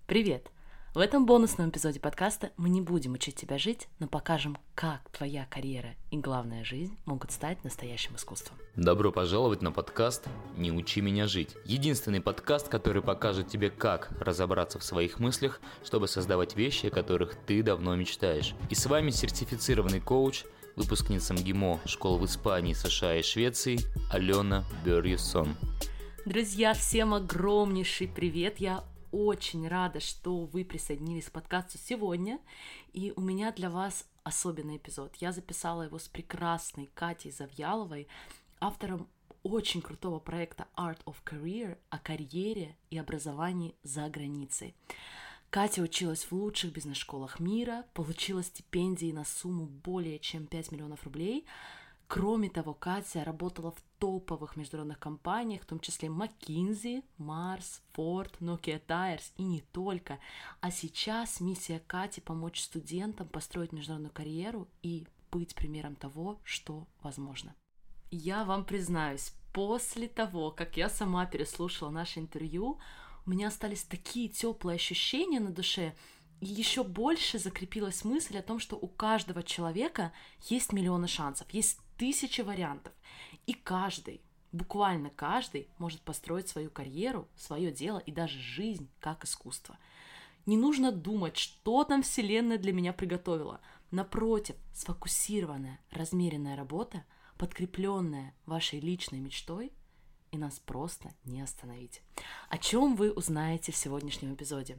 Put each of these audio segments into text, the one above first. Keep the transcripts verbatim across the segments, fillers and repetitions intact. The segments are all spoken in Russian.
Привет! В этом бонусном эпизоде подкаста мы не будем учить тебя жить, но покажем, как твоя карьера и, главная, жизнь могут стать настоящим искусством. Добро пожаловать на подкаст «Не учи меня жить». Единственный подкаст, который покажет тебе, как разобраться в своих мыслях, чтобы создавать вещи, о которых ты давно мечтаешь. И с вами сертифицированный коуч, выпускница МГИМО школ в Испании, США и Швеции Алена Бёрьесон. Друзья, всем огромнейший привет! Я очень рада, что вы присоединились к подкасту сегодня, и у меня для вас особенный эпизод. Я записала его с прекрасной Катей Завьяловой, автором очень крутого проекта Art of Career о карьере и образовании за границей. Катя училась в лучших бизнес-школах мира, получила стипендии на сумму более чем пять миллионов рублей. Кроме того, Катя работала в топовых международных компаниях, в том числе McKinsey, Mars, Ford, Nokia Tires и не только. А сейчас миссия Кати — помочь студентам построить международную карьеру и быть примером того, что возможно. Я вам признаюсь, после того, как я сама переслушала наше интервью, у меня остались такие теплые ощущения на душе, и еще больше закрепилась мысль о том, что у каждого человека есть миллионы шансов, есть тысячи вариантов. И каждый, буквально каждый, может построить свою карьеру, свое дело и даже жизнь как искусство. Не нужно думать, что там Вселенная для меня приготовила. Напротив, сфокусированная, размеренная работа, подкрепленная вашей личной мечтой, и нас просто не остановить. О чем вы узнаете в сегодняшнем эпизоде?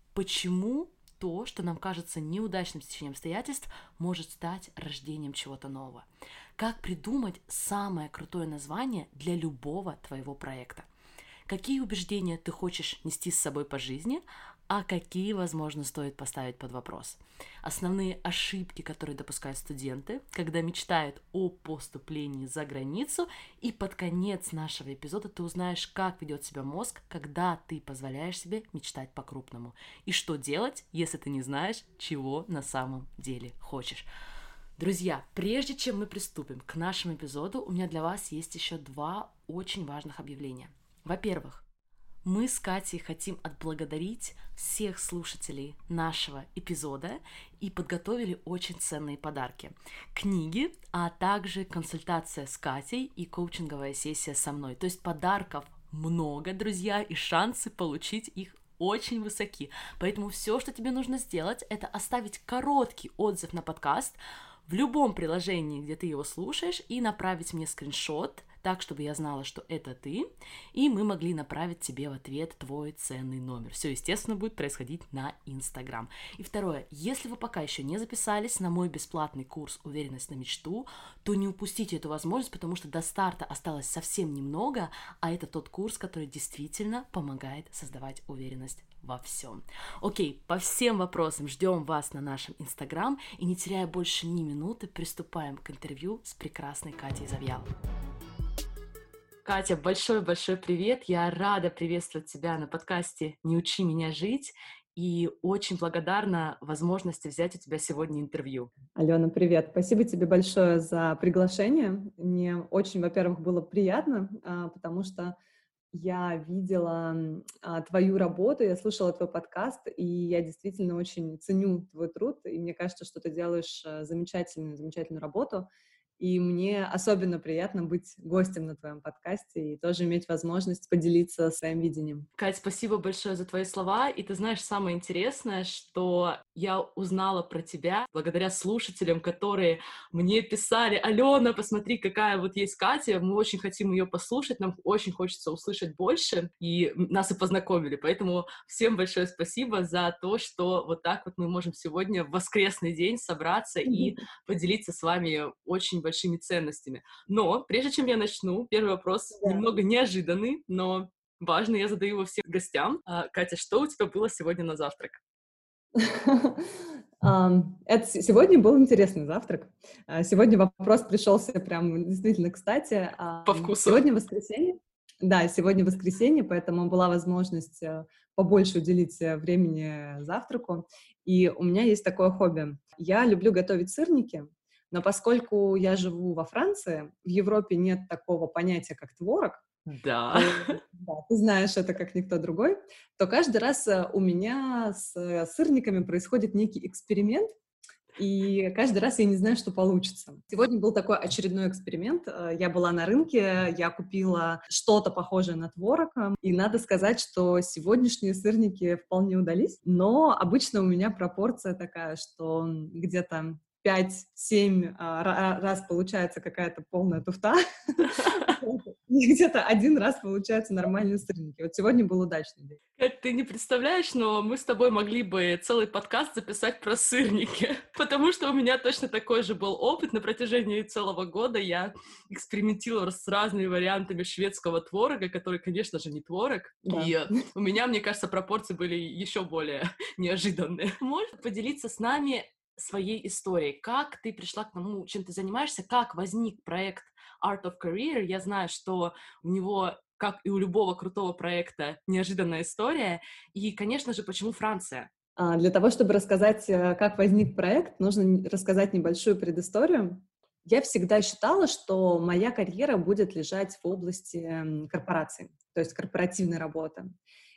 Почему то, что нам кажется неудачным стечением обстоятельств, может стать рождением чего-то нового? Как придумать самое крутое название для любого твоего проекта? Какие убеждения ты хочешь нести с собой по жизни, а какие, возможно, стоит поставить под вопрос? Основные ошибки, которые допускают студенты, когда мечтают о поступлении за границу, и под конец нашего эпизода ты узнаешь, как ведет себя мозг, когда ты позволяешь себе мечтать по-крупному, и что делать, если ты не знаешь, чего на самом деле хочешь. Друзья, прежде чем мы приступим к нашему эпизоду, у меня для вас есть еще два очень важных объявления. Во-первых, мы с Катей хотим отблагодарить всех слушателей нашего эпизода и подготовили очень ценные подарки. Книги, а также консультация с Катей и коучинговая сессия со мной. То есть подарков много, друзья, и шансы получить их очень высоки. Поэтому все, что тебе нужно сделать, это оставить короткий отзыв на подкаст в любом приложении, где ты его слушаешь, и направить мне скриншот, так, чтобы я знала, что это ты, и мы могли направить тебе в ответ твой ценный номер. Все, естественно, будет происходить на Инстаграм. И второе, если вы пока еще не записались на мой бесплатный курс «Уверенность на мечту», то не упустите эту возможность, потому что до старта осталось совсем немного, а это тот курс, который действительно помогает создавать уверенность во всем. Окей, по всем вопросам ждем вас на нашем Инстаграм, и не теряя больше ни минуты, приступаем к интервью с прекрасной Катей Завьяловой. Катя, большой-большой привет! Я рада приветствовать тебя на подкасте «Не учи меня жить» и очень благодарна возможности взять у тебя сегодня интервью. Алена, привет! Спасибо тебе большое за приглашение. Мне очень, во-первых, было приятно, а, потому что я видела а, твою работу, я слушала твой подкаст, и я действительно очень ценю твой труд, и мне кажется, что ты делаешь а, замечательную, замечательную работу. И мне особенно приятно быть гостем на твоем подкасте и тоже иметь возможность поделиться своим видением. Кать, спасибо большое за твои слова. И ты знаешь, самое интересное, что я узнала про тебя благодаря слушателям, которые мне писали: «Алена, посмотри, какая вот есть Катя, мы очень хотим ее послушать, нам очень хочется услышать больше», и нас и познакомили. Поэтому всем большое спасибо за то, что вот так вот мы можем сегодня в воскресный день собраться и поделиться с вами очень большими ценностями. Но прежде чем я начну, первый вопрос Да. немного неожиданный, но важный, я задаю его всем гостям. А, Катя, что у тебя было сегодня на завтрак? Это сегодня был интересный завтрак. А, Сегодня вопрос пришелся прям действительно кстати. А, По вкусу. Сегодня воскресенье. Да, сегодня воскресенье, поэтому была возможность э, побольше уделить э, времени завтраку. И у меня есть такое хобби. Я люблю готовить сырники, но поскольку я живу во Франции, в Европе нет такого понятия, как творог, Да. э, да, ты знаешь это как никто другой, то каждый раз э, у меня с э, сырниками происходит некий эксперимент, и каждый раз я не знаю, что получится. Сегодня был такой очередной эксперимент. Э, Я была на рынке, я купила что-то похожее на творог, э, и надо сказать, что сегодняшние сырники вполне удались, но обычно у меня пропорция такая, что м, где-то пять-семь а, ра- раз получается какая-то полная туфта, вот, и где-то один раз получаются нормальные сырники. Вот сегодня был удачный день. Кать, ты не представляешь, но мы с тобой могли бы целый подкаст записать про сырники, потому что у меня точно такой же был опыт. На протяжении целого года я экспериментировала с разными вариантами шведского творога, который, конечно же, не творог. Да. И у меня, мне кажется, пропорции были еще более неожиданные. Можешь поделиться с нами своей историей? Как ты пришла к тому, чем ты занимаешься? Как возник проект Art of Career? Я знаю, что у него, как и у любого крутого проекта, неожиданная история. И, конечно же, почему Франция? А, Для того, чтобы рассказать, э, как возник проект, нужно н- рассказать небольшую предысторию. Я всегда считала, что моя карьера будет лежать в области м, корпораций, то есть корпоративной работы.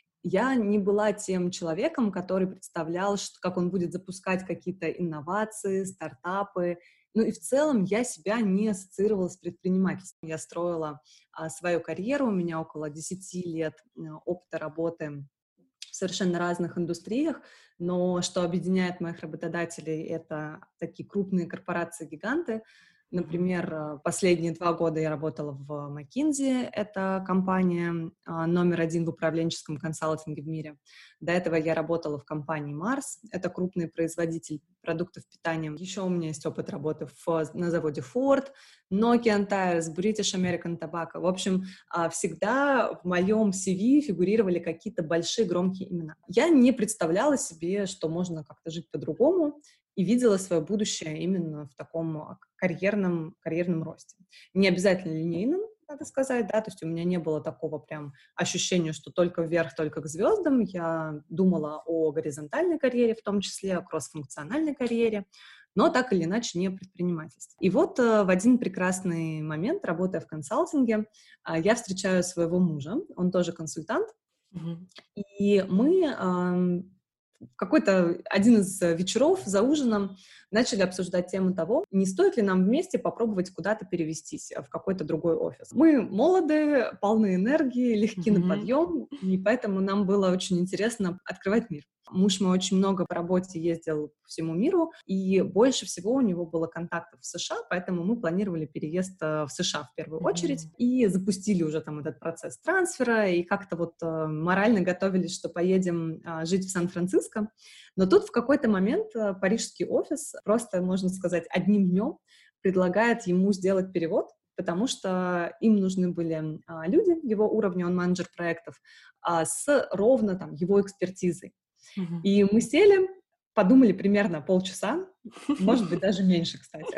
Я не была тем человеком, который представлял, что, как он будет запускать какие-то инновации, стартапы. Ну и в целом я себя не ассоциировала с предпринимательством. Я строила а, свою карьеру, у меня около десяти лет э, опыта работы в совершенно разных индустриях, но что объединяет моих работодателей — это такие крупные корпорации-гиганты. Мгм. Например, э, последние два года я работала в McKinsey, это компания а, номер один в управленческом консалтинге в мире. До этого я работала в компании Mars, это крупный производитель продуктов питания. Еще у меня есть опыт работы в, на заводе Ford, Nokian Tires, British American Tobacco. В общем, а, всегда в моем си ви фигурировали какие-то большие громкие имена. Я не представляла себе, что можно как-то жить по-другому, и видела свое будущее именно в таком а, карьерном, карьерном росте. Не обязательно линейном, надо сказать, да, то есть у меня не было такого прям ощущения, что только вверх, только к звездам. Я думала о горизонтальной карьере, в том числе о кроссфункциональной карьере, но так или иначе не предпринимательство. И вот э, в один прекрасный момент, работая в консалтинге, а, я встречаю своего мужа, он тоже консультант, Мгм. и мы ам, в какой-то один из э, вечеров за ужином начали обсуждать тему того, не стоит ли нам вместе попробовать куда-то перевестись, э, в какой-то другой офис. Мы молоды, полны энергии, легки на Мгм. подъем, и поэтому нам было очень интересно открывать мир. Муж мой очень много по работе ездил по всему миру, и больше всего у него было контактов в США, поэтому мы планировали переезд э, в США в первую очередь, Мгм. и запустили уже там этот процесс трансфера, и как-то вот э, морально готовились, что поедем а, жить в Сан-Франциско. Но тут в какой-то момент э, парижский офис просто, можно сказать, одним днем предлагает ему сделать перевод, потому что им нужны были а, люди его уровня, он менеджер проектов, а, с ровно там его экспертизой. Мгм. И мы сели, подумали примерно полчаса, может быть, даже меньше, кстати.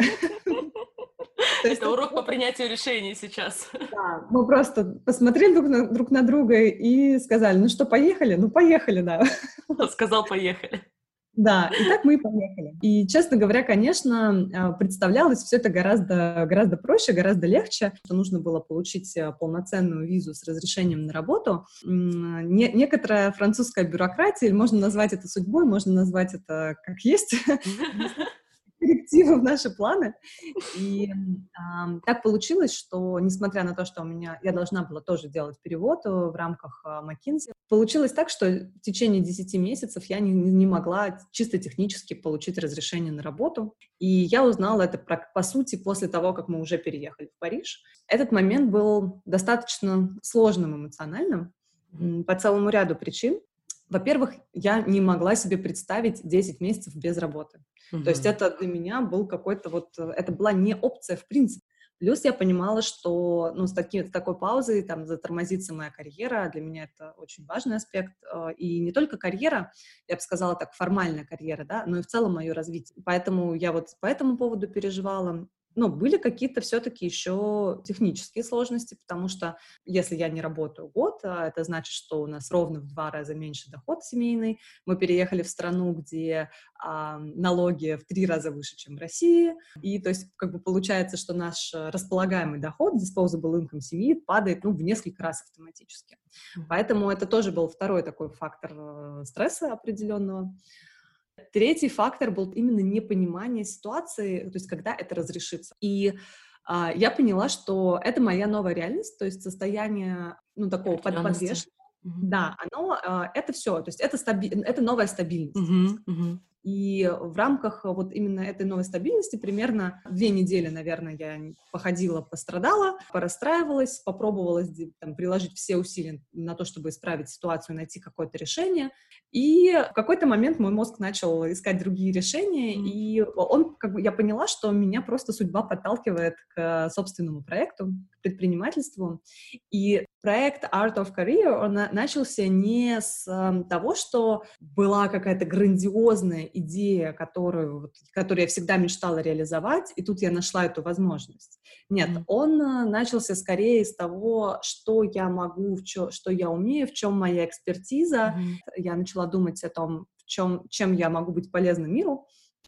То есть Это это урок по было, принятию решений сейчас. да, мы просто посмотрели друг на, друг на друга и сказали, ну что, поехали? Ну, поехали, да. Сказал, поехали. Да, и так мы и поехали. И, честно говоря, конечно, а, представлялось все это гораздо, гораздо проще, гораздо легче, что нужно было получить а, полноценную визу с разрешением на работу. М, не- некоторая французская бюрократия, или можно назвать это судьбой, можно назвать это как есть, внесла коррективы в наши планы. И ам, так получилось, что, несмотря на то, что у меня, я должна была тоже делать перевод э, в рамках а, McKinsey, получилось так, что в течение десяти месяцев я не, не могла чисто технически получить разрешение на работу. И я узнала это, про- по сути, после того, как мы уже переехали в Париж. Этот момент был достаточно сложным эмоциональным Мгм. м, по целому ряду причин. Во-первых, я не могла себе представить десять месяцев без работы. То есть Мгм. это для меня был какой-то вот, э, это была не опция в принципе. Плюс я понимала, что, ну, с, таки, с такой паузой там затормозится моя карьера. Для меня это очень важный аспект. э, И не только карьера, я бы сказала так, формальная карьера, да, но и в целом мое развитие. Поэтому я вот по этому поводу переживала. Ну, были какие-то все-таки еще технические сложности, потому что если я не работаю год, а это значит, что у нас ровно в два раза меньше доход семейный. Мы переехали в страну, где а, налоги в три раза выше, чем в России. И то есть как бы получается, что наш располагаемый доход, disposable income семьи, падает ну, в несколько раз автоматически. Поэтому это тоже был второй такой фактор э, стресса определенного. Третий фактор был именно непонимание ситуации, то есть когда это разрешится. И а, я поняла, что это моя новая реальность, то есть состояние, ну, такого под, подвешенного. Mm-hmm. Да, оно, а, это все, то есть это, стаби- это новая стабильность. Mm-hmm. Mm-hmm. И в рамках вот именно этой новой стабильности примерно две недели, наверное, я походила, пострадала, порастраивалась, попробовала там, приложить все усилия на то, чтобы исправить ситуацию, найти какое-то решение. И в какой-то момент мой мозг начал искать другие решения, mm. и он, как бы, я поняла, что меня просто судьба подталкивает к собственному проекту, к предпринимательству. И проект Art of Career, он начался не с того, что была какая-то грандиозная идея, которую, которую я всегда мечтала реализовать, и тут я нашла эту возможность. Нет, mm-hmm. он начался скорее с того, что я могу, в чё, что я умею, в чем моя экспертиза. Mm-hmm. Я начала думать о том, в чем, чем я могу быть полезна миру,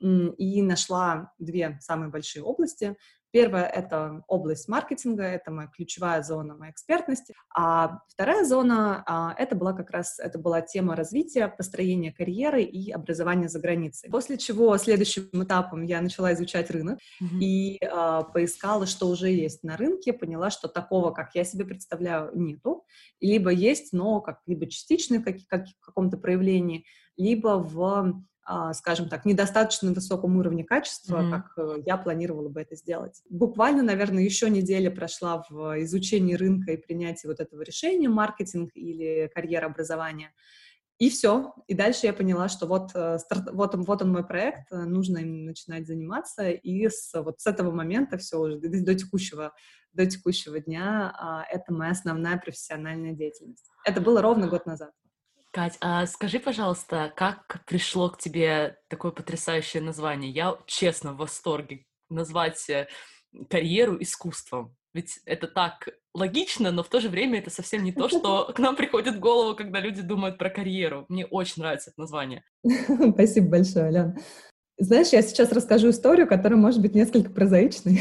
и нашла две самые большие области. Первая — это область маркетинга, это моя ключевая зона моей экспертности, а вторая зона а, — это была как раз, это была тема развития, построения карьеры и образования за границей. После чего следующим этапом я начала изучать рынок mm-hmm. и а, поискала, что уже есть на рынке, поняла, что такого, как я себе представляю, нету, либо есть, но как либо частично в как, как, каком-то проявлении, либо в скажем так, недостаточно высоком уровне качества, mm-hmm. как я планировала бы это сделать. Буквально, наверное, еще неделя прошла в изучении рынка и принятии вот этого решения, маркетинг или карьера образования. И все. И дальше я поняла, что вот, старт, вот, он, вот он мой проект, нужно им начинать заниматься. И с, вот с этого момента все уже до, до, текущего, до текущего дня это моя основная профессиональная деятельность. Это было ровно год назад. Кать, а скажи, пожалуйста, как пришло к тебе такое потрясающее название? Я, честно, в восторге назвать карьеру искусством. Ведь это так логично, но в то же время это совсем не то, что к нам приходит в голову, когда люди думают про карьеру. Мне очень нравится это название. Спасибо большое, Алена. Знаешь, я сейчас расскажу историю, которая может быть несколько прозаичной,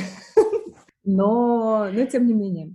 но, но тем не менее.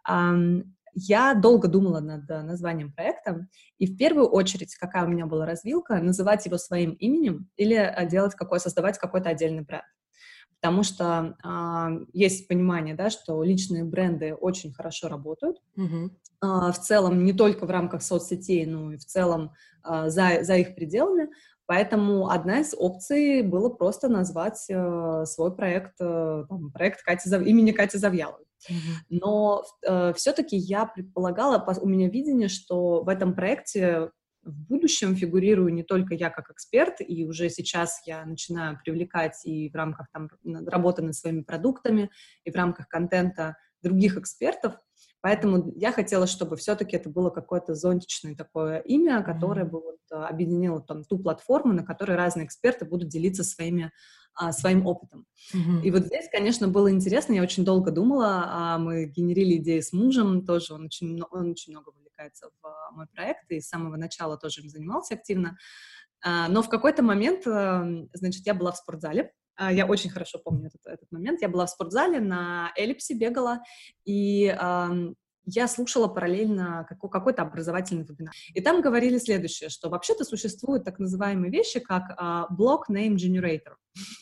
Я долго думала над названием проекта, и в первую очередь, какая у меня была развилка, называть его своим именем или делать какой, создавать какой-то отдельный бренд. Потому что э, есть понимание, да, что личные бренды очень хорошо работают. Mm-hmm. Э, в целом, не только в рамках соцсетей, но и в целом э, за, за их пределами. Поэтому одна из опций было просто назвать э, свой проект, э, там, проект Кати Зав... имени Кати Завьяловой. Mm-hmm. Но э, все-таки я предполагала, у меня видение, что в этом проекте в будущем фигурирую не только я как эксперт, и уже сейчас я начинаю привлекать и в рамках там, работы над своими продуктами, и в рамках контента других экспертов. Поэтому я хотела, чтобы все-таки это было какое-то зонтичное такое имя, которое mm-hmm. бы вот объединило там, ту платформу, на которой разные эксперты будут делиться своими, а, своим опытом. Mm-hmm. И вот здесь, конечно, было интересно, я очень долго думала, а мы генерили идеи с мужем, тоже он очень, он очень много вовлекается в мой проект, и с самого начала тоже им занимался активно. А, но в какой-то момент, значит, я была в спортзале, я очень хорошо помню этот, этот момент. Я была в спортзале, на эллипсе бегала, и э, я слушала параллельно какой- какой-то образовательный вебинар. И там говорили следующее, что вообще-то существуют так называемые вещи, как э, Block Name Generator.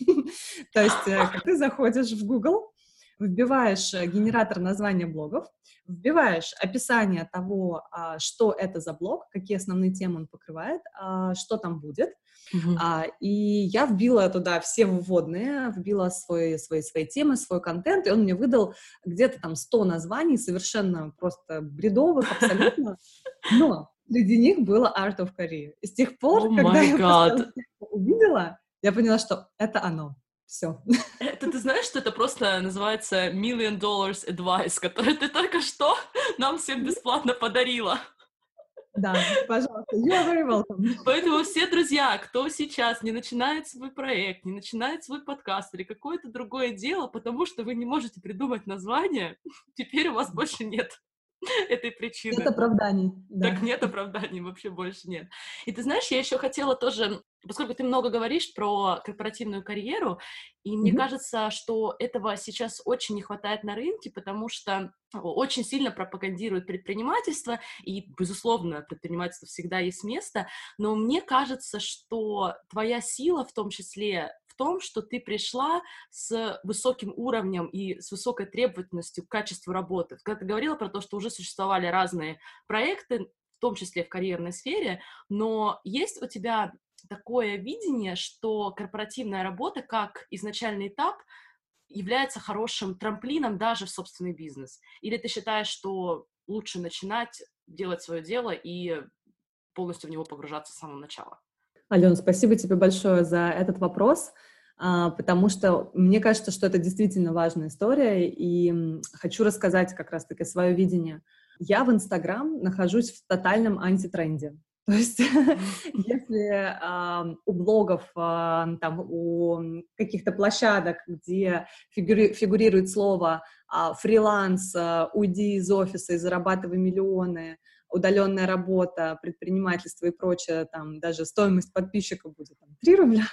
То есть ты заходишь в Google, вбиваешь генератор названия блогов, вбиваешь описание того, что это за блог, какие основные темы он покрывает, что там будет. Uh-huh. А, и я вбила туда все вводные, вбила свои, свои, свои темы, свой контент, и он мне выдал где-то там сто названий, совершенно просто бредовых абсолютно, но среди них было Art of Career. И с тех пор, oh когда я просто увидела, я поняла, что это оно. Все. Это ты знаешь, что это просто называется Million Dollars Advice, который ты только что нам всем бесплатно подарила? Да, пожалуйста, you are very welcome. Поэтому все друзья, кто сейчас не начинает свой проект, не начинает свой подкаст или какое-то другое дело, потому что вы не можете придумать название, теперь у вас больше нет этой причины. Нет оправданий, да. Так нет оправданий, вообще больше нет. И ты знаешь, я еще хотела тоже, поскольку ты много говоришь про корпоративную карьеру, и мне Мгм. кажется, что этого сейчас очень не хватает на рынке, потому что очень сильно пропагандируют предпринимательство, и, безусловно, предпринимательство всегда есть место, но мне кажется, что твоя сила в том числе в том, что ты пришла с высоким уровнем и с высокой требовательностью к качеству работы. Когда ты говорила про то, что уже существовали разные проекты, в том числе в карьерной сфере, но есть у тебя такое видение, что корпоративная работа как изначальный этап является хорошим трамплином даже в собственный бизнес? Или ты считаешь, что лучше начинать делать свое дело и полностью в него погружаться с самого начала? Алена, спасибо тебе большое за этот вопрос, а, потому что мне кажется, что это действительно важная история, и м, хочу рассказать как раз-таки свое видение. Я в Инстаграм нахожусь в тотальном антитренде. То есть если а, у блогов, а, там, у каких-то площадок, где фигури- фигурирует слово а, фриланс, а, уйди из офиса и зарабатывай миллионы, удаленная работа, предпринимательство и прочее, там даже стоимость подписчика будет там, три рубля,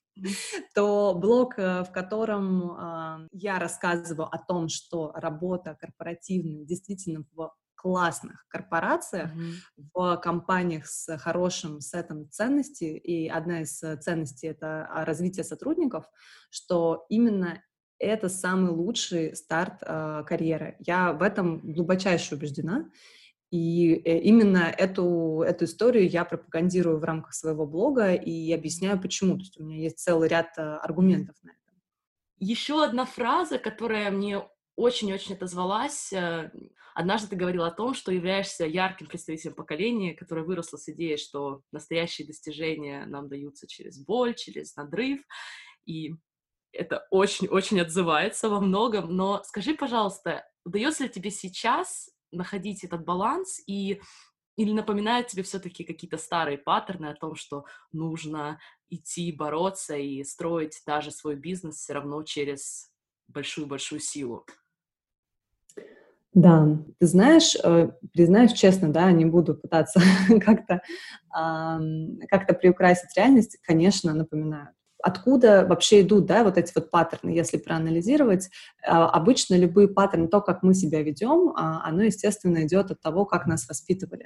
то блог, э, в котором а, я рассказываю о том, что работа корпоративная действительно в классных корпорациях, Мгм. в компаниях с хорошим сетом ценностей, и одна из э, ценностей — это а, развитие сотрудников, что именно это самый лучший старт э, карьеры. Я в этом глубочайше убеждена. И э, именно эту, эту историю я пропагандирую в рамках своего блога и объясняю, почему. То есть у меня есть целый ряд э, аргументов на это. Еще одна фраза, которая мне очень-очень отозвалась. э, Однажды ты говорила о том, что являешься ярким представителем поколения, которое выросло с идеей, что настоящие достижения нам даются через боль, через надрыв. И это очень-очень отзывается во многом. Но скажи, пожалуйста, удается ли тебе сейчас находить этот баланс и или напоминают тебе все-таки какие-то старые паттерны о том, что нужно идти бороться и строить даже свой бизнес все равно через большую-большую силу? Да, ты знаешь, э, признаюсь честно, да, не буду пытаться как-то ам, как-то приукрасить реальность, конечно, напоминают. Откуда вообще идут, да, вот эти вот паттерны, если проанализировать? А, обычно любые паттерны, то, как мы себя ведем, а, оно, естественно, идет от того, как нас воспитывали.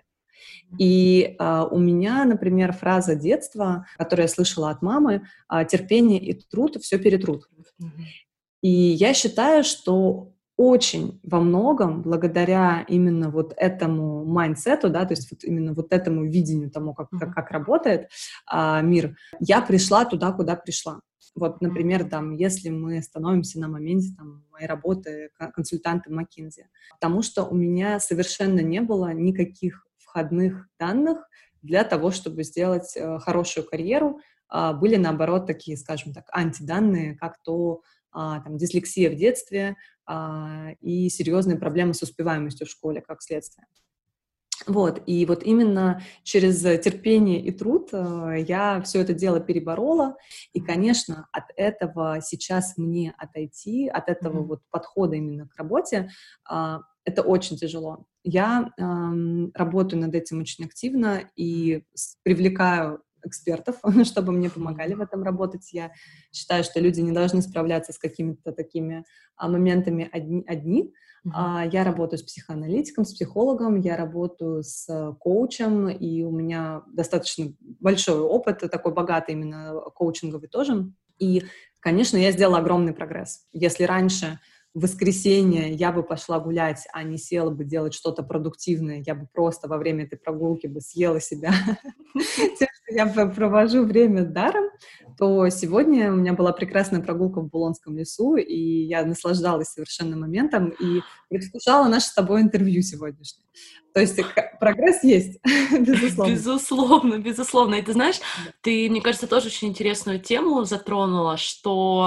И а, у меня, например, фраза детства, которую я слышала от мамы: а, терпение и труд все перетрут. Мгм. И я считаю, что очень во многом благодаря именно вот этому майндсету, да, то есть вот именно вот этому видению тому, как, как, Мгм. как работает а, мир, я пришла туда, куда пришла. Вот, например, там, если мы становимся на моменте там, моей работы кон- консультантом McKinsey, потому что у меня совершенно не было никаких входных данных для того, чтобы сделать э, хорошую карьеру. А, были, наоборот, такие, скажем так, антиданные, как то а, там, дислексия в детстве а, и серьезные проблемы с успеваемостью в школе, как следствие. Вот, и вот именно через терпение и труд э, я все это дело переборола, и, конечно, от этого сейчас мне отойти, от этого Мгм. вот подхода именно к работе, а, это очень тяжело. Я ам, работаю над этим очень активно и с- привлекаю экспертов, чтобы мне помогали в этом работать. Я считаю, что люди не должны справляться с какими-то такими а, моментами одни, одни. Мгм. А, Я работаю с психоаналитиком, с психологом, я работаю с э, коучем, и у меня достаточно большой опыт, такой богатый именно коучинговый тоже. И, конечно, я сделала огромный прогресс. Если раньше в воскресенье я бы пошла гулять, а не села бы делать что-то продуктивное, я бы просто во время этой прогулки бы съела себя тем, что я п- провожу время даром, то сегодня у меня была прекрасная прогулка в Булонском лесу, и я наслаждалась совершенно моментом и предвкушала наше с тобой интервью сегодняшнее. То есть к- прогресс есть, безусловно. Безусловно, безусловно. И ты знаешь, Да. ты, мне кажется, тоже очень интересную тему затронула, что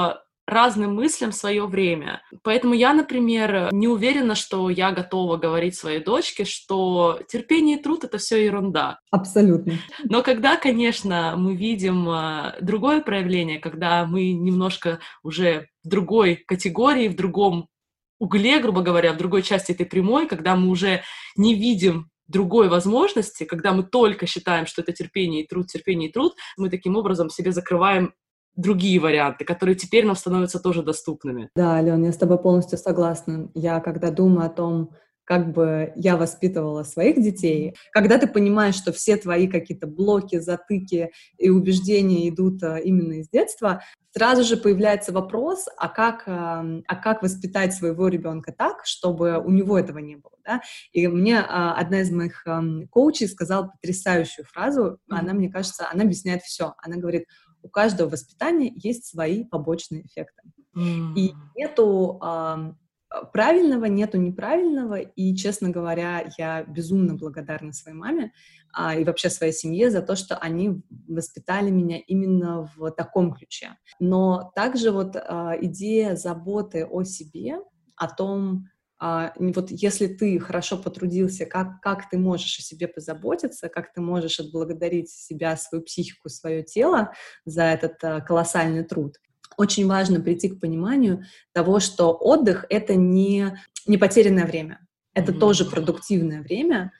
разным мыслям свое время. Поэтому я, например, не уверена, что я готова говорить своей дочке, что терпение и труд — это все ерунда. Абсолютно. Но когда, конечно, мы видим а, другое проявление, когда мы немножко уже в другой категории, в другом угле, грубо говоря, в другой части этой прямой, когда мы уже не видим другой возможности, когда мы только считаем, что это терпение и труд, терпение и труд, мы таким образом себе закрываем другие варианты, которые теперь нам становятся тоже доступными. Да, Ален, я с тобой полностью согласна. Я когда думаю о том, как бы я воспитывала своих детей, когда ты понимаешь, что все твои какие-то блоки, затыки и убеждения идут а, именно из детства, сразу же появляется вопрос, а как, а, а как воспитать своего ребенка так, чтобы у него этого не было, да? И мне а, одна из моих а, коучей сказала потрясающую фразу, mm-hmm. она, мне кажется, она объясняет все. Она говорит: у каждого воспитания есть свои побочные эффекты. Mm-hmm. И нету... А, правильного, нету неправильного, и, честно говоря, я безумно благодарна своей маме а, и вообще своей семье за то, что они воспитали меня именно в таком ключе. Но также вот а, идея заботы о себе, о том, а, вот если ты хорошо потрудился, как, как ты можешь о себе позаботиться, как ты можешь отблагодарить себя, свою психику, свое тело за этот а, колоссальный труд. Очень важно прийти к пониманию того, что отдых — это не, не потерянное время. Это mm-hmm. тоже продуктивное время,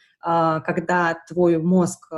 когда твой мозг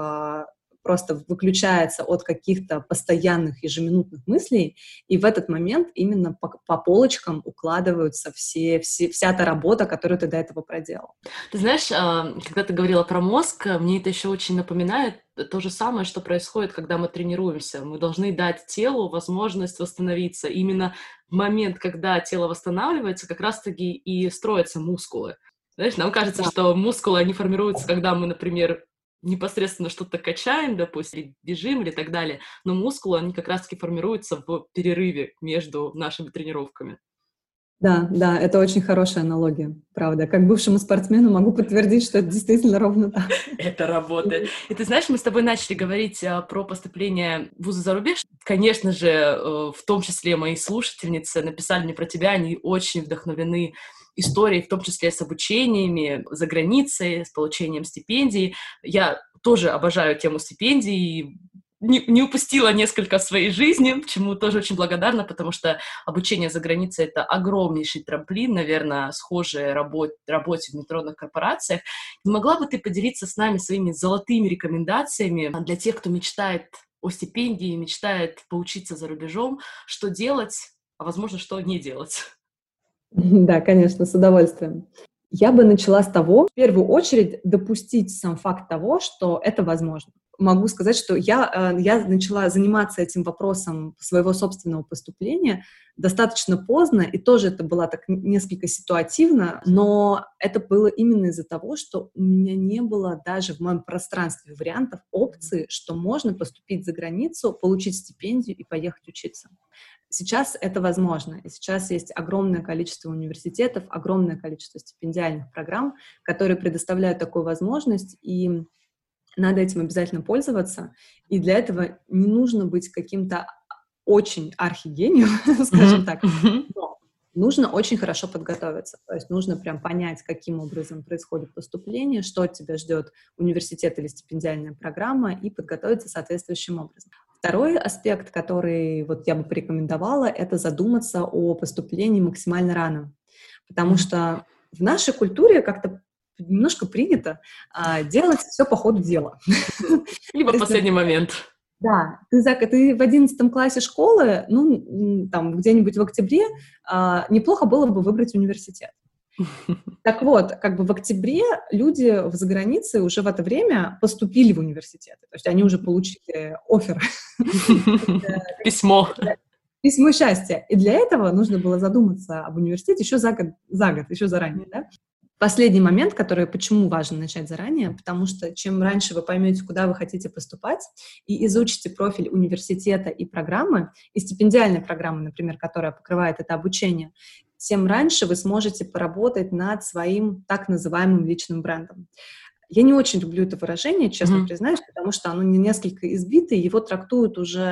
просто выключается от каких-то постоянных ежеминутных мыслей, и в этот момент именно по, по полочкам укладываются все, все, вся та работа, которую ты до этого проделал. Ты знаешь, когда ты говорила про мозг, мне это еще очень напоминает то же самое, что происходит, когда мы тренируемся. Мы должны дать телу возможность восстановиться. Именно в момент, когда тело восстанавливается, как раз-таки и строятся мускулы. Знаешь, нам кажется, да. что мускулы, они формируются, когда мы, например, непосредственно что-то качаем, допустим, или бежим или так далее, но мускулы, они как раз-таки формируются в перерыве между нашими тренировками. Да, да, это очень хорошая аналогия, правда. Как бывшему спортсмену могу подтвердить, что это действительно ровно так. Это работает. И ты знаешь, мы с тобой начали говорить а, про поступление в вузы за рубеж. Конечно же, э, в том числе мои слушательницы написали мне про тебя, они очень вдохновлены историей, в том числе с обучениями за границей, с получением стипендий. Я тоже обожаю тему стипендий, Не, не упустила несколько в своей жизни, чему тоже очень благодарна, потому что обучение за границей — это огромнейший трамплин, наверное, схожий работе, работе в международных корпорациях. Не могла бы ты поделиться с нами своими золотыми рекомендациями для тех, кто мечтает о стипендии, мечтает поучиться за рубежом, что делать, а, возможно, что не делать? Да, конечно, с удовольствием. Я бы начала с того, в первую очередь, допустить сам факт того, что это возможно. Могу сказать, что я, я начала заниматься этим вопросом своего собственного поступления достаточно поздно, и тоже это было так несколько ситуативно, но это было именно из-за того, что у меня не было даже в моем пространстве вариантов, опции, что можно поступить за границу, получить стипендию и поехать учиться. Сейчас это возможно, и сейчас есть огромное количество университетов, огромное количество стипендиальных программ, которые предоставляют такую возможность, и надо этим обязательно пользоваться, и для этого не нужно быть каким-то очень архигением, скажем так, но нужно очень хорошо подготовиться, то есть нужно прям понять, каким образом происходит поступление, что тебя ждет университет или стипендиальная программа, и подготовиться соответствующим образом. Второй аспект, который вот я бы порекомендовала, это задуматься о поступлении максимально рано, потому что в нашей культуре как-то немножко принято а, делать все по ходу дела. Либо в последний момент. Да, ты, ты в одиннадцатом классе школы, ну, там, где-нибудь в октябре, а, неплохо было бы выбрать университет. Так вот, как бы в октябре люди в загранице уже в это время поступили в университеты, то есть они уже получили оффер. Письмо. Письмо счастья. И для этого нужно было задуматься об университете еще за год, за год еще заранее, да? Последний момент, который почему важно начать заранее, потому что чем раньше вы поймете, куда вы хотите поступать, и изучите профиль университета и программы, и стипендиальной программы, например, которая покрывает это обучение, тем раньше вы сможете поработать над своим так называемым личным брендом. Я не очень люблю это выражение, честно mm-hmm. признаюсь, потому что оно несколько избито, его трактуют уже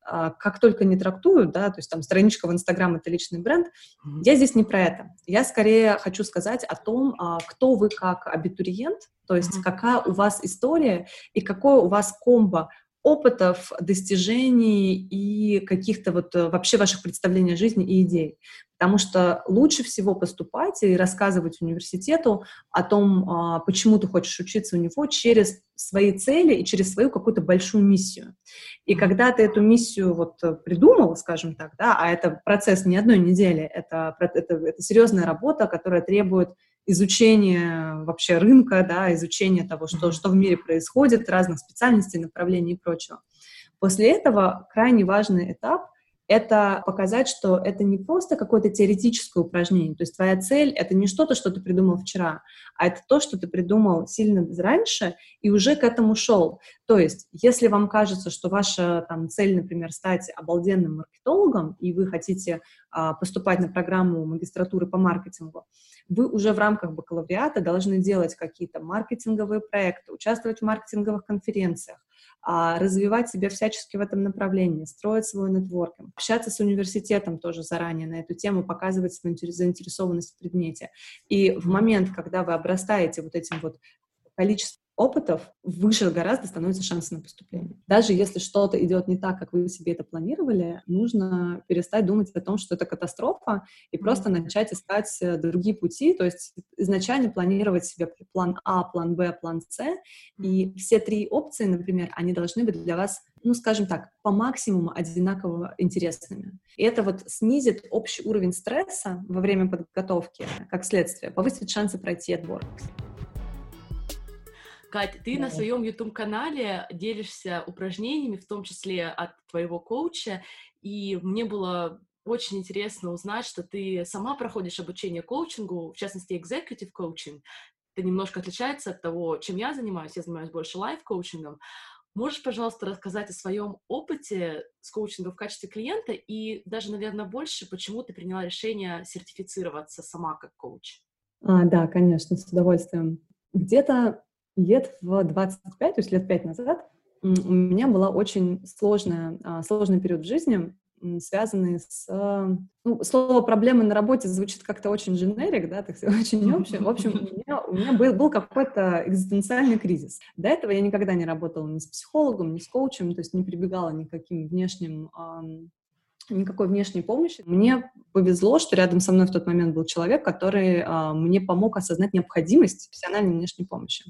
а, как только не трактуют, да, то есть там страничка в Инстаграм — это личный бренд, Мгм. я здесь не про это. Я скорее хочу сказать о том, а, кто вы как абитуриент, то есть Мгм. какая у вас история и какое у вас комбо опытов, достижений и каких-то вот э, вообще ваших представлений о жизни и идей. Потому что лучше всего поступать и рассказывать университету о том, а, почему ты хочешь учиться у него, через свои цели и через свою какую-то большую миссию. И Мгм. когда ты эту миссию вот э, придумал, скажем так, да, а это процесс не одной недели, это, про- это, это серьезная работа, которая требует изучения вообще рынка, да, изучения того, что, Мгм. что в мире происходит, разных специальностей, направлений и прочего. После этого крайне важный этап — это показать, что это не просто какое-то теоретическое упражнение, то есть твоя цель — это не что-то, что ты придумал вчера, а это то, что ты придумал сильно раньше и уже к этому шел. То есть если вам кажется, что ваша там цель, например, стать обалденным маркетологом, и вы хотите а, поступать на программу магистратуры по маркетингу, вы уже в рамках бакалавриата должны делать какие-то маркетинговые проекты, участвовать в маркетинговых конференциях, а, развивать себя всячески в этом направлении, строить свой нетворкинг, общаться с университетом тоже заранее на эту тему, показывать свою интерес- заинтересованность в предмете. И в Мгм. момент, когда вы обрастаете вот этим вот количеством опытов, выше гораздо становятся шансы на поступление. Даже если что-то идет не так, как вы себе это планировали, нужно перестать думать о том, что это катастрофа, и Мгм. просто начать искать э, другие пути, то есть изначально планировать себе план А, план Б, план С, Мгм. и все три опции, например, они должны быть для вас, ну, скажем так, по максимуму одинаково интересными. И это вот снизит общий уровень стресса во время подготовки, как следствие, повысит шансы пройти отбор. Кать, ты на Да. своем YouTube-канале делишься упражнениями, в том числе от твоего коуча, и мне было очень интересно узнать, что ты сама проходишь обучение коучингу, в частности, executive coaching. Это немножко отличается от того, чем я занимаюсь. Я занимаюсь больше лайф-коучингом. Можешь, пожалуйста, рассказать о своем опыте с коучингом в качестве клиента и даже, наверное, больше, почему ты приняла решение сертифицироваться сама как коуч? А, да, конечно, с удовольствием. Где-то лет в двадцать пять, то есть лет пять назад, м, у меня была очень сложная, а, сложный период в жизни, м, связанный с... а, ну, слово «проблемы на работе» звучит как-то очень generic, да, так сказать, очень общее. В общем, у меня, у меня был, был какой-то экзистенциальный кризис. До этого я никогда не работала ни с психологом, ни с коучем, то есть не прибегала ни к каким внешним ам, никакой внешней помощи. Мне повезло, что рядом со мной в тот момент был человек, который а, мне помог осознать необходимость профессиональной внешней помощи.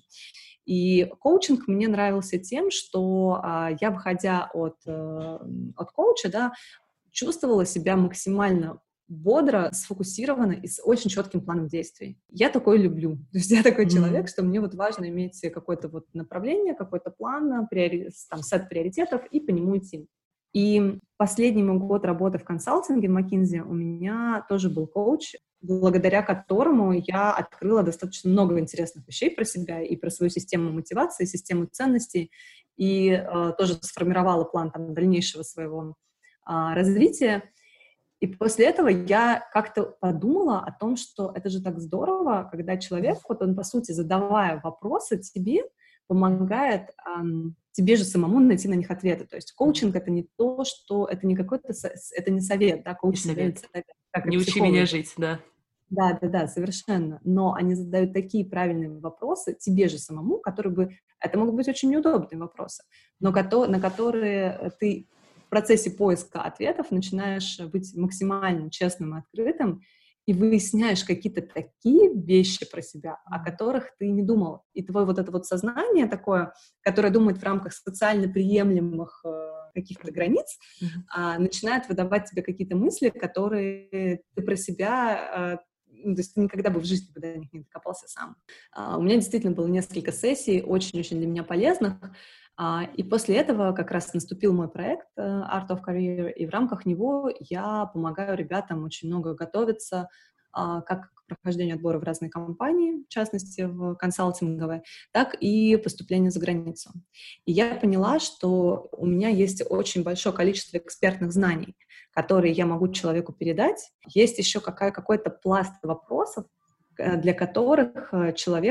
И коучинг мне нравился тем, что а, я, выходя от, э, от коуча, да, чувствовала себя максимально бодро, сфокусированно и с очень четким планом действий. Я такое люблю. То есть я такой человек, Мгм. что мне вот важно иметь какое-то вот направление, какой-то план, приори... там, сет приоритетов и по нему идти. И последний мой год работы в консалтинге в McKinsey у меня тоже был коуч, благодаря которому я открыла достаточно много интересных вещей про себя и про свою систему мотивации, систему ценностей, и э, тоже сформировала план там, дальнейшего своего а, развития. И после этого я как-то подумала о том, что это же так здорово, когда человек, вот он, по сути, задавая вопросы тебе, помогает ам, тебе же самому найти на них ответы. То есть Мгм. коучинг — это не то, что... Это не какой-то... со- Это не совет, да, Не коуч не дает совет. совет, как и Не учи меня психологи. жить, да. Да, да, да, совершенно. Но они задают такие правильные вопросы тебе же самому, которые бы... Это могут быть очень неудобные вопросы, но Мгм. кото- на которые э, ты в процессе поиска ответов начинаешь быть максимально честным и открытым и выясняешь какие-то такие вещи про себя, о Мгм. которых ты не думал. И твое вот это вот сознание такое, которое думает в рамках социально приемлемых э, каких-то границ, Мгм. а, начинает выдавать тебе какие-то мысли, которые ты про себя... э, ну, то есть ты никогда бы в жизни бы до них не докопался сам. А, у меня действительно было несколько сессий, очень-очень для меня полезных, а, и после этого как раз наступил мой проект э, Art of Career, и в рамках него я помогаю ребятам очень много готовиться, а, как к прохождению отбора в разные компании, в частности, в консалтинговые, так и поступлению за границу. И я поняла, что у меня есть очень большое количество экспертных знаний, которые я могу человеку передать. Есть еще какая, какой-то пласт вопросов, э, для которых э, человека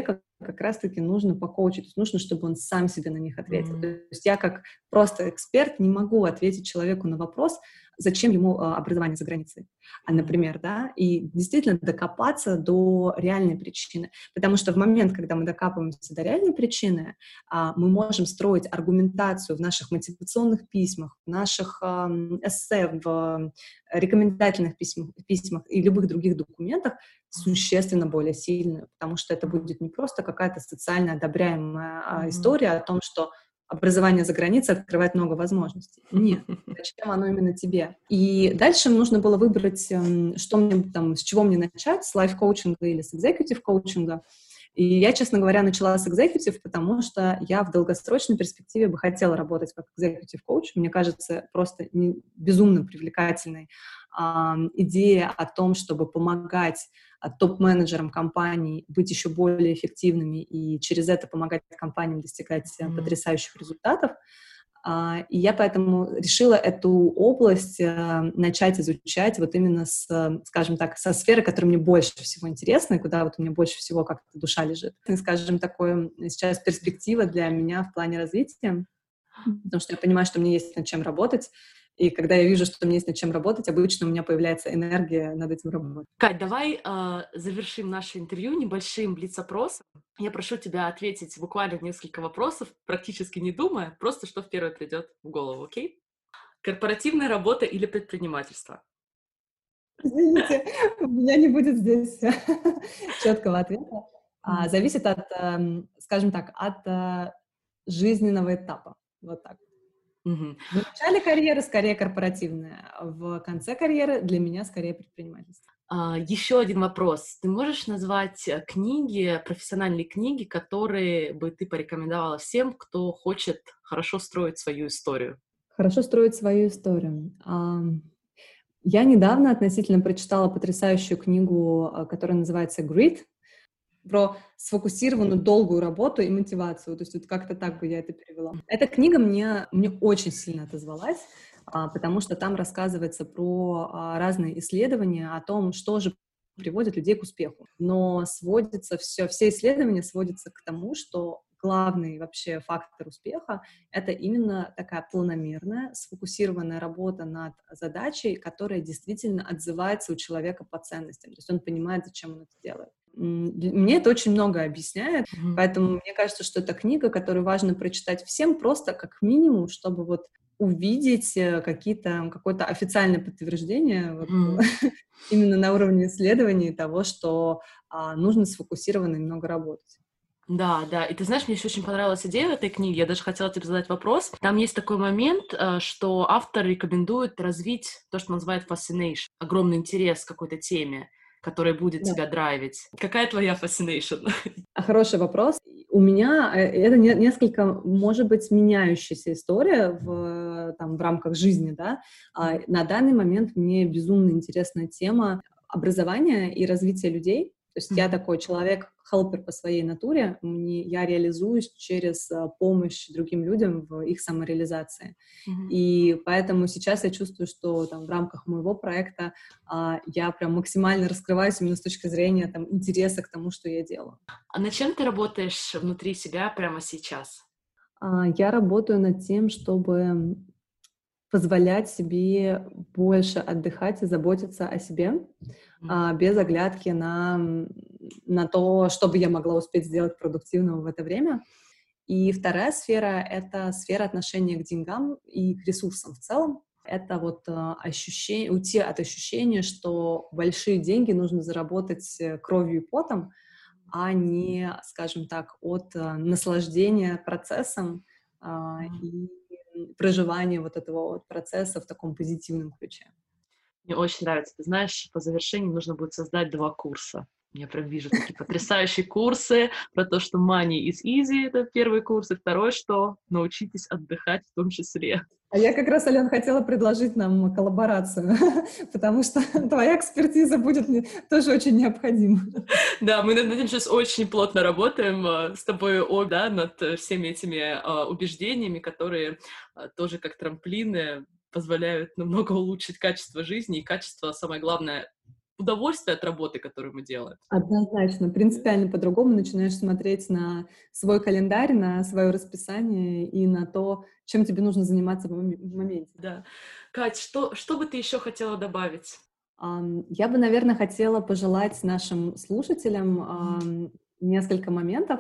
как раз-таки нужно покоучить, то есть нужно, чтобы он сам себе на них ответил. Mm-hmm. То есть я как просто эксперт не могу ответить человеку на вопрос, зачем ему а, образование за границей, а, например, да, и действительно докопаться до реальной причины. Потому что в момент, когда мы докапываемся до реальной причины, а, мы можем строить аргументацию в наших мотивационных письмах, в наших а, эссе, в рекомендательных письмах, письмах и любых других документах существенно более сильную, потому что это будет не просто какая-то социально одобряемая а, история о том, что образование за границей открывает много возможностей. Нет. Зачем оно именно тебе? И дальше нужно было выбрать, что мне там, с чего мне начать, с лайф-коучинга или с экзекутив-коучинга. И я, честно говоря, начала с экзекутив, потому что я в долгосрочной перспективе бы хотела работать как экзекутив-коуч. Мне кажется, просто безумно привлекательной а, идея о том, чтобы помогать а, топ-менеджерам компаний быть еще более эффективными и через это помогать компаниям достигать mm-hmm. потрясающих результатов. Uh, и я поэтому решила эту область uh, начать изучать вот именно с, скажем так, со сферы, которая мне больше всего интересна, и куда вот у меня больше всего как-то душа лежит. И, скажем, такое сейчас перспектива для меня в плане развития, потому что я понимаю, что мне есть над чем работать, и когда я вижу, что мне есть над чем работать, обычно у меня появляется энергия над этим работать. Кать, давай э, завершим наше интервью небольшим блиц-опросом. Я прошу тебя ответить буквально несколько вопросов, практически не думая, просто что в первое придет в голову, окей? Корпоративная работа или предпринимательство? Извините, у меня не будет здесь четкого ответа. А, зависит от, скажем так, от жизненного этапа. Вот так. Угу. В начале карьеры скорее корпоративная, в конце карьеры для меня скорее предпринимательство. А, еще один вопрос. Ты можешь назвать книги, профессиональные книги, которые бы ты порекомендовала всем, кто хочет хорошо строить свою историю? Хорошо строить свою историю. Я недавно относительно прочитала потрясающую книгу, которая называется «Grit», про сфокусированную долгую работу и мотивацию. То есть вот как-то так бы я это перевела. Эта книга мне, мне очень сильно отозвалась, а, потому что там рассказывается про а, разные исследования о том, что же приводит людей к успеху. Но сводится все, все исследования сводятся к тому, что главный вообще фактор успеха — это именно такая планомерная, сфокусированная работа над задачей, которая действительно отзывается у человека по ценностям. То есть он понимает, зачем он это делает. Мне это очень много объясняет, mm-hmm. поэтому мне кажется, что это книга, которую важно прочитать всем просто как минимум, чтобы вот увидеть какие-то, какое-то официальное подтверждение вот, mm-hmm. именно на уровне исследований того, что а, нужно сфокусированно и много работать. Да, да, и ты знаешь, мне еще очень понравилась идея в этой книге, я даже хотела тебе задать вопрос. Там есть такой момент, что автор рекомендует развить то, что называют fascination, огромный интерес к какой-то теме, которая будет да. тебя драйвить. Какая твоя fascination? Хороший вопрос. У меня это несколько, может быть, меняющаяся история в, там, в рамках жизни, да. А на данный момент мне безумно интересная тема образования и развития людей. То есть mm-hmm. я такой человек, хелпер по своей натуре, мне, я реализуюсь через а, помощь другим людям в их самореализации. Mm-hmm. И поэтому сейчас я чувствую, что там, в рамках моего проекта а, я прям максимально раскрываюсь именно с точки зрения там, интереса к тому, что я делаю. А над чем ты работаешь внутри себя прямо сейчас? А, я работаю над тем, чтобы позволять себе больше отдыхать и заботиться о себе, mm-hmm. а, без оглядки на, на то, что бы я могла успеть сделать продуктивного в это время. И вторая сфера — это сфера отношения к деньгам и к ресурсам в целом. Это вот а, ощущение, уйти от ощущения, что большие деньги нужно заработать кровью и потом, а не, скажем так, от а, наслаждения процессом а, mm-hmm. и проживание вот этого вот процесса в таком позитивном ключе. Мне очень нравится. Ты знаешь, по завершении нужно будет создать два курса. Я прям вижу такие потрясающие курсы про то, что money is easy, это первый курс, и второй, что научитесь отдыхать в том числе. А я как раз, Ален, хотела предложить нам коллаборацию, потому что твоя экспертиза будет мне тоже очень необходима. Да, мы над этим сейчас очень плотно работаем с тобой обе, да, над всеми этими а, убеждениями, которые а, тоже как трамплины позволяют намного улучшить качество жизни и качество, самое главное, удовольствие от работы, которую мы делаем. Однозначно. Принципиально по-другому начинаешь смотреть на свой календарь, на свое расписание и на то, чем тебе нужно заниматься в моме- в моменте. Да. Кать, что, что бы ты еще хотела добавить? Ам, Я бы, наверное, хотела пожелать нашим слушателям ам, несколько моментов.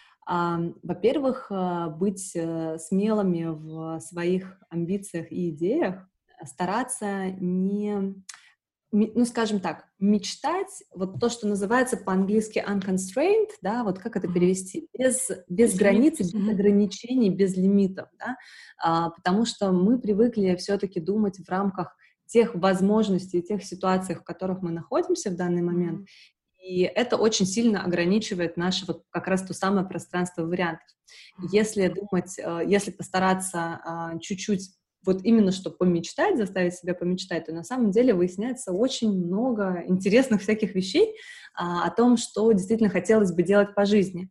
Ам, Во-первых, а, быть э, смелыми в своих амбициях и идеях, стараться не, ме- ну, скажем так, мечтать, вот то, что называется по-английски unconstrained, да, вот как это Мгм. перевести, без, без Без границ, лимитов. без Мгм. ограничений, без лимитов, да, А, потому что мы привыкли все-таки думать в рамках тех возможностей, тех ситуаций, в которых мы находимся в данный момент, Мгм. и это очень сильно ограничивает наше вот как раз то самое пространство вариантов. Мгм. Если думать, э, если постараться а, чуть-чуть вот именно что помечтать, заставить себя помечтать, то на самом деле выясняется очень много интересных всяких вещей а, о том, что действительно хотелось бы делать по жизни.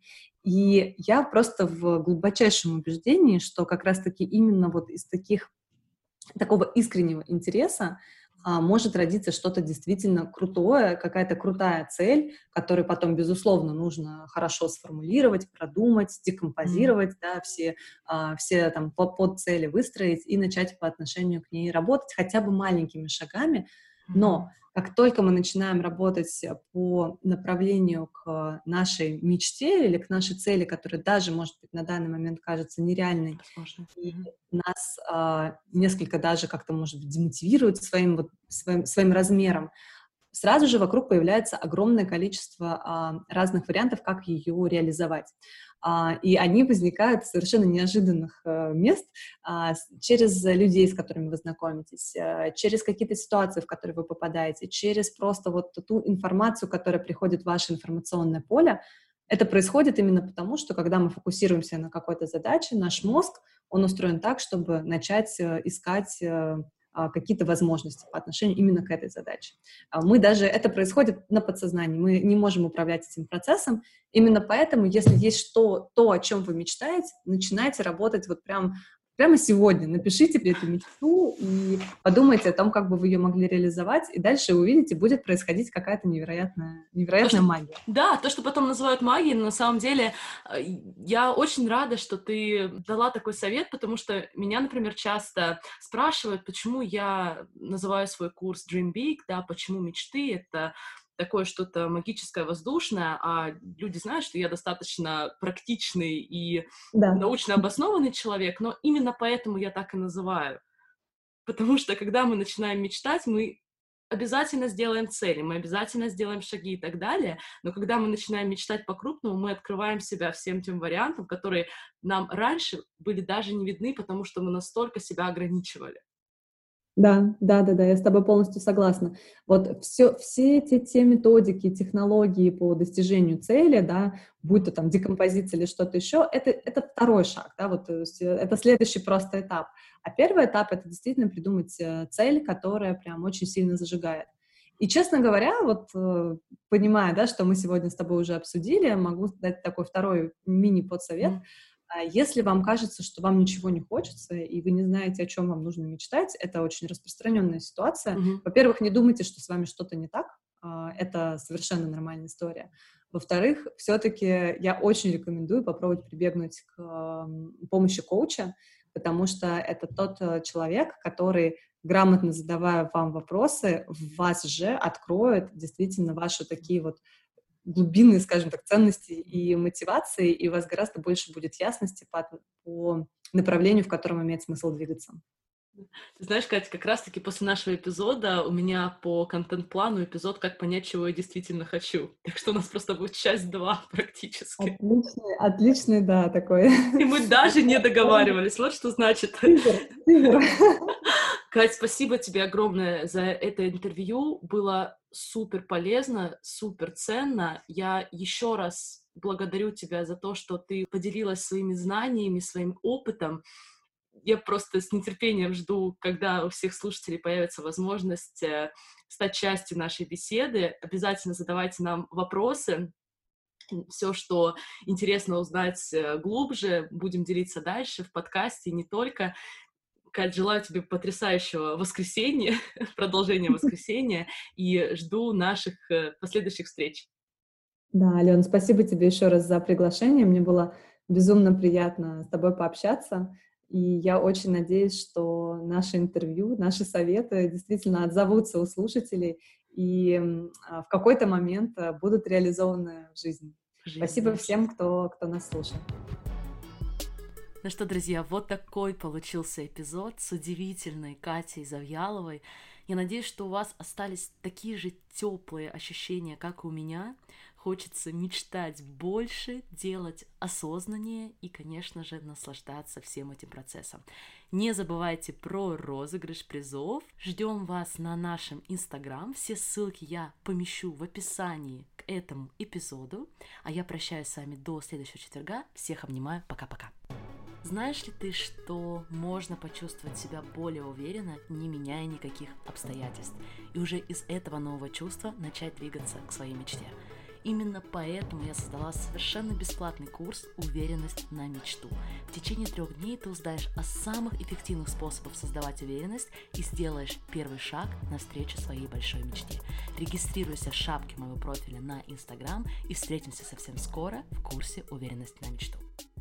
И я просто в глубочайшем убеждении, что как раз-таки именно вот из таких такого искреннего интереса а, может родиться что-то действительно крутое, какая-то крутая цель, которую потом, безусловно, нужно хорошо сформулировать, продумать, Мгм. декомпозировать, да, все, а, все там по- подцели выстроить и начать по отношению к ней работать хотя бы маленькими шагами. Мгм. Но как только мы начинаем работать по направлению к нашей мечте или к нашей цели, которая даже, может быть, на данный момент кажется нереальной, Возможно. и Мгм. нас а, несколько даже как-то, может быть, демотивирует своим, вот, своим, своим размером, сразу же вокруг появляется огромное количество а, разных вариантов, как ее реализовать. А, и они возникают с совершенно неожиданных а, мест, а, с- через людей, с которыми вы знакомитесь, а, через какие-то ситуации, в которые вы попадаете, через просто вот ту информацию, которая приходит в ваше информационное поле. Это происходит именно потому, что когда мы фокусируемся на какой-то задаче, наш мозг, он устроен так, чтобы начать э, искать э, а, какие-то возможности по отношению именно к этой задаче. А Мы даже, это происходит на подсознании, мы не можем управлять этим процессом. Именно поэтому, если есть что, то, о чем вы мечтаете, начинайте работать вот прям, прямо сегодня. Напишите себе эту мечту и подумайте о том, как бы вы ее могли реализовать, и дальше увидите, будет происходить какая-то невероятная, То, невероятная что, магия. да, то, что потом называют магией, но на самом деле э, я очень рада, что ты дала такой совет, потому что меня, например, часто спрашивают, почему я называю свой курс Dream Big, да, почему мечты — это такое что-то магическое, воздушное, а люди знают, что я достаточно практичный и Да. научно обоснованный человек, но именно поэтому я так и называю. Потому что, когда мы начинаем мечтать, мы обязательно сделаем цели, мы обязательно сделаем шаги и так далее, но когда мы начинаем мечтать по-крупному, мы открываем себя всем тем вариантам, которые нам раньше были даже не видны, потому что мы настолько себя ограничивали. Да, да-да-да, я с тобой полностью согласна. Вот всё все те те методики, технологии по достижению цели, да, будь то там декомпозиция или что-то еще, это это второй шаг, да, вот, то есть, э, это следующий просто этап. А первый этап — это действительно придумать, э, цель, которая прям очень сильно зажигает. И, честно говоря, вот, э, понимая, да, что мы сегодня с тобой уже обсудили, могу дать такой второй мини-подсовет. Мгм. А если вам кажется, что вам ничего не хочется, и вы не знаете, о чем вам нужно мечтать, это очень распространенная ситуация. Мгм. Во-первых, не думайте, что с вами что-то не так. а, Это совершенно нормальная история. Во-вторых, все-таки я очень рекомендую попробовать прибегнуть к ам, помощи коуча, потому что это тот э, человек, который, грамотно задавая вам вопросы, в вас же откроет действительно ваши такие вот глубинные, скажем так, ценности и мотивации, и у вас гораздо больше будет ясности по, по направлению, в котором имеет смысл двигаться. Ты знаешь, Катя, как раз-таки после нашего эпизода у меня по контент-плану эпизод «Как понять, чего я действительно хочу». Так что у нас просто будет часть два практически. Отличный, отличный, да, такой. И мы даже не договаривались. Вот что значит. Тизер, тизер. Кать, спасибо тебе огромное за это интервью. Было супер полезно, супер ценно. Я еще раз благодарю тебя за то, что ты поделилась своими знаниями, своим опытом. Я просто с нетерпением жду, когда у всех слушателей появится возможность э, стать частью нашей беседы. Обязательно задавайте нам вопросы. Все, что интересно узнать э, глубже, будем делиться дальше в подкасте, и не только. Кать, желаю тебе потрясающего воскресенья, продолжения воскресенья, и жду наших э, последующих встреч. Да, Алена, спасибо тебе еще раз за приглашение. Мне было безумно приятно с тобой пообщаться. И я очень надеюсь, что наше интервью, наши советы действительно отзовутся у слушателей и м, а, в какой-то момент а, будут реализованы в жизни. В жизни. Спасибо всем, кто, кто нас слушал. Ну что, друзья, вот такой получился эпизод с удивительной Катей Завьяловой. Я надеюсь, что у вас остались такие же теплые ощущения, как и у меня. Хочется мечтать больше, делать осознаннее и, конечно же, наслаждаться всем этим процессом. Не забывайте про розыгрыш призов. Ждем вас на нашем Инстаграм. Все ссылки я помещу в описании к этому эпизоду. А я прощаюсь с вами до следующего четверга. Всех обнимаю. Пока-пока. Знаешь ли ты, что можно почувствовать себя более уверенно, не меняя никаких обстоятельств, и уже из этого нового чувства начать двигаться к своей мечте? Именно поэтому я создала совершенно бесплатный курс «Уверенность на мечту». В течение трех дней ты узнаешь о самых эффективных способах создавать уверенность и сделаешь первый шаг навстречу своей большой мечте. Регистрируйся в шапке моего профиля на Инстаграм и встретимся совсем скоро в курсе «Уверенность на мечту».